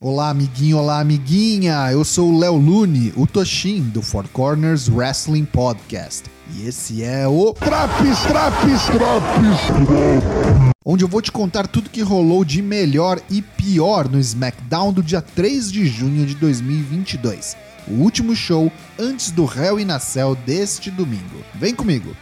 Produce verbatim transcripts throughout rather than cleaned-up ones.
Olá, amiguinho, olá, amiguinha! Eu sou o Léo Lune, o Toshin, do Four Corners Wrestling Podcast. E esse é o... Traps, traps, traps! Onde eu vou te contar tudo que rolou de melhor e pior no SmackDown do dia três de junho de dois mil e vinte e dois. O último show antes do Hell in a Cell deste domingo. Vem comigo!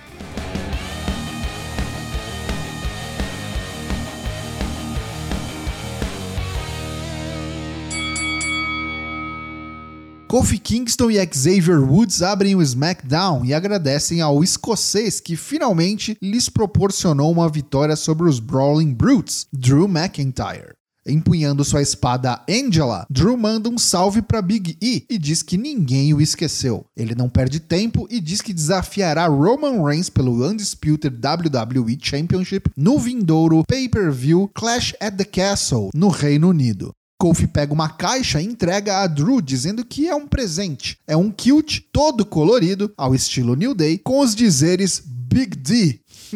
Kofi Kingston e Xavier Woods abrem o SmackDown e agradecem ao escocês que finalmente lhes proporcionou uma vitória sobre os Brawling Brutes, Drew McIntyre. Empunhando sua espada Angela, Drew manda um salve para Big E e diz que ninguém o esqueceu. Ele não perde tempo e diz que desafiará Roman Reigns pelo Undisputed W W E Championship no vindouro pay-per-view Clash at the Castle, no Reino Unido. Kofi pega uma caixa e entrega a Drew dizendo que é um presente. É um kilt todo colorido, ao estilo New Day, com os dizeres Big D.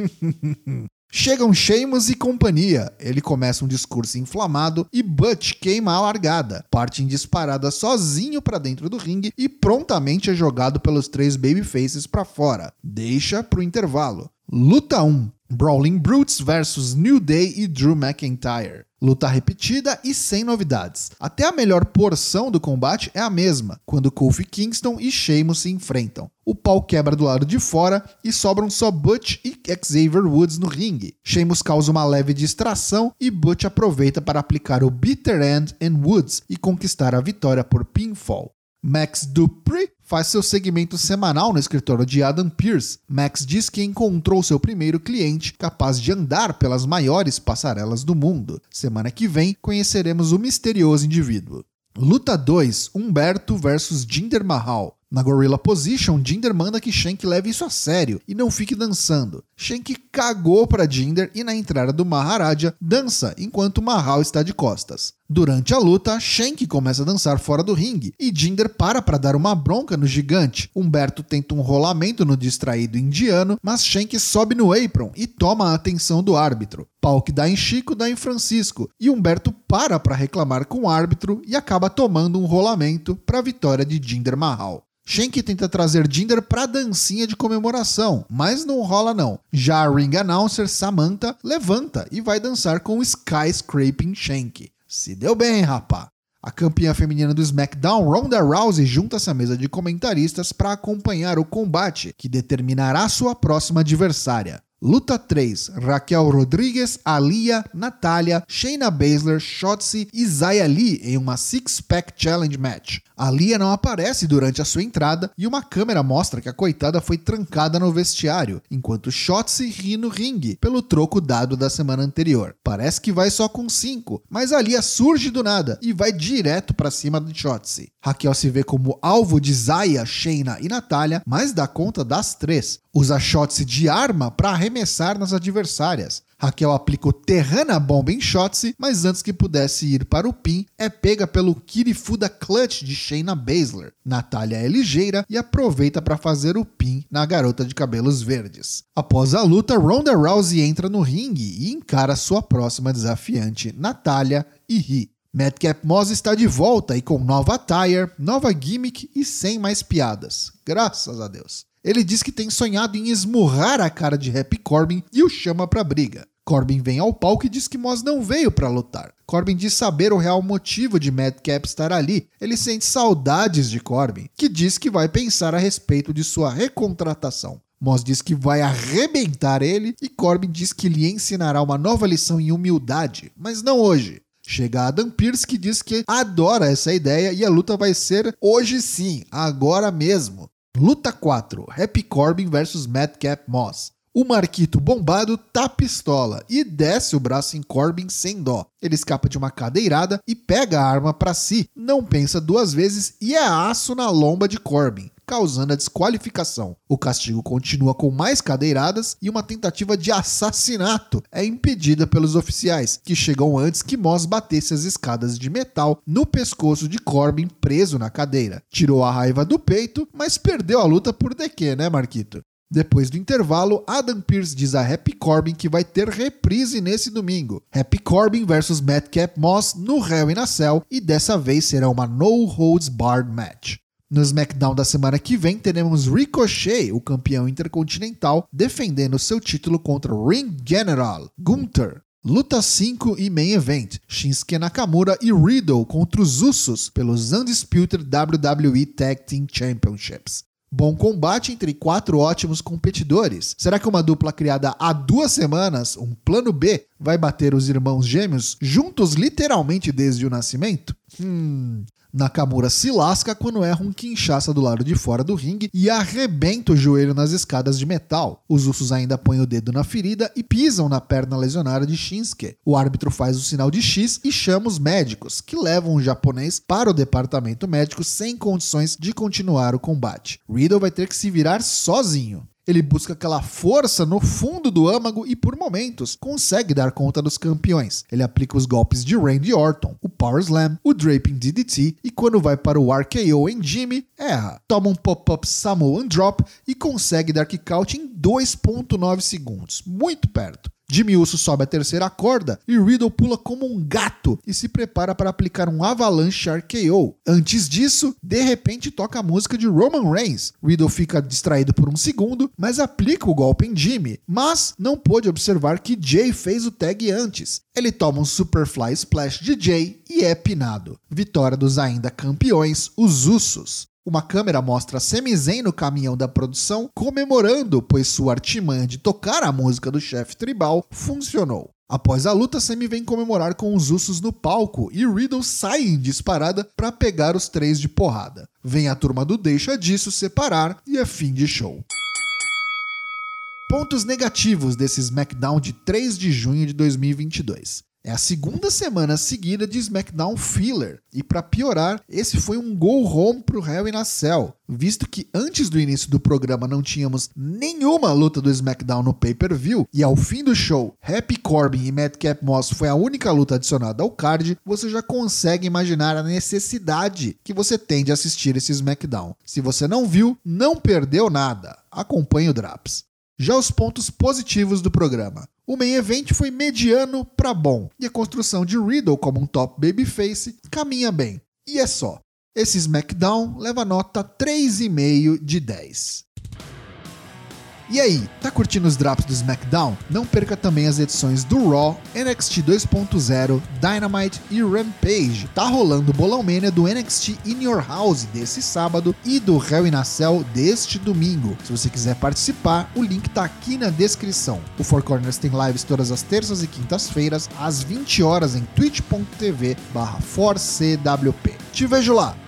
Chegam Sheamus e companhia. Ele começa um discurso inflamado e Butch queima a largada. Parte em disparada sozinho para dentro do ringue e prontamente é jogado pelos três babyfaces para fora. Deixa pro intervalo. Luta um. Brawling Brutes versus New Day e Drew McIntyre. Luta repetida e sem novidades. Até a melhor porção do combate é a mesma, quando Kofi Kingston e Sheamus se enfrentam. O pau quebra do lado de fora e sobram só Butch e Xavier Woods no ringue. Sheamus causa uma leve distração e Butch aproveita para aplicar o Bitter End em Woods e conquistar a vitória por pinfall. Max Dupri faz seu segmento semanal no escritório de Adam Pearce. Max diz que encontrou seu primeiro cliente capaz de andar pelas maiores passarelas do mundo. Semana que vem conheceremos o misterioso indivíduo. Luta dois. Humberto versus Jinder Mahal. Na Gorilla Position, Jinder manda que Shank leve isso a sério e não fique dançando. Shank cagou para Jinder e na entrada do Maharaja dança enquanto Mahal está de costas. Durante a luta, Shank começa a dançar fora do ringue e Jinder para para dar uma bronca no gigante. Humberto tenta um rolamento no distraído indiano, mas Shank sobe no apron e toma a atenção do árbitro. Pau que dá em Chico, dá em Francisco, e Humberto para para reclamar com o árbitro e acaba tomando um rolamento para a vitória de Jinder Mahal. Shank tenta trazer Jinder pra dancinha de comemoração, mas não rola não. Já a ring announcer Samantha levanta e vai dançar com o Skyscraping Shank. Se deu bem, rapá. A campeã feminina do SmackDown, Ronda Rousey, junta-se à mesa de comentaristas para acompanhar o combate, que determinará sua próxima adversária. Luta três. Raquel Rodrigues, Aliyah, Natália, Shayna Baszler, Shotzi e Xia Li em uma Six Pack Challenge Match. Aliyah não aparece durante a sua entrada e uma câmera mostra que a coitada foi trancada no vestiário, enquanto Shotzi ri no ringue pelo troco dado da semana anterior. Parece que vai só com cinco, mas Aliyah surge do nada e vai direto para cima de Shotzi. Raquel se vê como alvo de Xia, Shayna e Natália, mas dá conta das três. Usa Shotzi de arma para arremessar nas adversárias. Raquel aplica o Terrana Bomb em Shotzi, mas antes que pudesse ir para o pin, é pega pelo Kirifuda Clutch de Shayna Baszler. Natália é ligeira e aproveita para fazer o pin na garota de cabelos verdes. Após a luta, Ronda Rousey entra no ringue e encara sua próxima desafiante, Natália, e ri. Madcap Moss está de volta e com nova attire, nova gimmick e sem mais piadas. Graças a Deus. Ele diz que tem sonhado em esmurrar a cara de Happy Corbin e o chama pra briga. Corbin vem ao palco e diz que Moss não veio pra lutar. Corbin diz saber o real motivo de Madcap estar ali. Ele sente saudades de Corbin, que diz que vai pensar a respeito de sua recontratação. Moss diz que vai arrebentar ele e Corbin diz que lhe ensinará uma nova lição em humildade, mas não hoje. Chega Adam Pearce que diz que adora essa ideia e a luta vai ser hoje sim, agora mesmo. Luta quatro. Happy Corbin versus Madcap Moss. O Marquito bombado tá pistola e desce o braço em Corbin sem dó. Ele escapa de uma cadeirada e pega a arma pra si, não pensa duas vezes e é aço na lomba de Corbin, causando a desqualificação. O castigo continua com mais cadeiradas e uma tentativa de assassinato é impedida pelos oficiais, que chegam antes que Moss batesse as escadas de metal no pescoço de Corbin preso na cadeira. Tirou a raiva do peito, mas perdeu a luta por D Q, né, Marquito? Depois do intervalo, Adam Pearce diz a Happy Corbin que vai ter reprise nesse domingo. Happy Corbin versus Madcap Moss no Hell in a Cell, e dessa vez será uma No Holds Barred match. No SmackDown da semana que vem, teremos Ricochet, o campeão intercontinental, defendendo seu título contra Ring General Gunther. Luta cinco e Main Event, Shinsuke Nakamura e Riddle contra os Usos pelos Undisputed W W E Tag Team Championships. Bom combate entre quatro ótimos competidores. Será que uma dupla criada há duas semanas, um plano B, vai bater os irmãos gêmeos juntos literalmente desde o nascimento? Hum... Nakamura se lasca quando erra um quinchaça do lado de fora do ringue e arrebenta o joelho nas escadas de metal. Os Usos ainda põem o dedo na ferida e pisam na perna lesionada de Shinsuke. O árbitro faz o sinal de X e chama os médicos, que levam o japonês para o departamento médico sem condições de continuar o combate. Riddle vai ter que se virar sozinho. Ele busca aquela força no fundo do âmago e, por momentos, consegue dar conta dos campeões. Ele aplica os golpes de Randy Orton, o Power Slam, o Draping D D T, e quando vai para o R K O em Jimmy, erra. Toma um pop-up Samoan Drop e consegue dar kick-out em dois ponto nove segundos. Muito perto. Jimmy Uso sobe a terceira corda e Riddle pula como um gato e se prepara para aplicar um Avalanche R K O. Antes disso, de repente toca a música de Roman Reigns. Riddle fica distraído por um segundo, mas aplica o golpe em Jimmy, mas não pôde observar que Jay fez o tag antes. Ele toma um Superfly Splash de Jay e é pinado. Vitória dos ainda campeões, os Usos. Uma câmera mostra Sami Zayn no caminhão da produção comemorando, pois sua artimanha de tocar a música do chefe tribal funcionou. Após a luta, Sami vem comemorar com os Usos no palco e Riddle sai em disparada para pegar os três de porrada. Vem a turma do Deixa Disso separar e é fim de show. Pontos negativos desse SmackDown de três de junho de dois mil e vinte e dois. É a segunda semana seguida de SmackDown Filler, e para piorar, esse foi um go home pro Hell in a Cell, visto que antes do início do programa não tínhamos nenhuma luta do SmackDown no pay-per-view, e ao fim do show, Happy Corbin e Madcap Moss foi a única luta adicionada ao card, você já consegue imaginar a necessidade que você tem de assistir esse SmackDown. Se você não viu, não perdeu nada. Acompanhe o Draps. Já os pontos positivos do programa. O Main Event foi mediano para bom, e a construção de Riddle como um top babyface caminha bem. E é só. Esse SmackDown leva nota três vírgula cinco de dez. E aí, tá curtindo os drops do SmackDown? Não perca também as edições do Raw, N X T dois ponto zero, Dynamite e Rampage. Tá rolando o Bolão Mania do N X T In Your House desse sábado e do Hell in a Cell deste domingo. Se você quiser participar, o link tá aqui na descrição. O Four Corners tem lives todas as terças e quintas-feiras, às vinte horas em twitch ponto tv barra four C W P. Te vejo lá!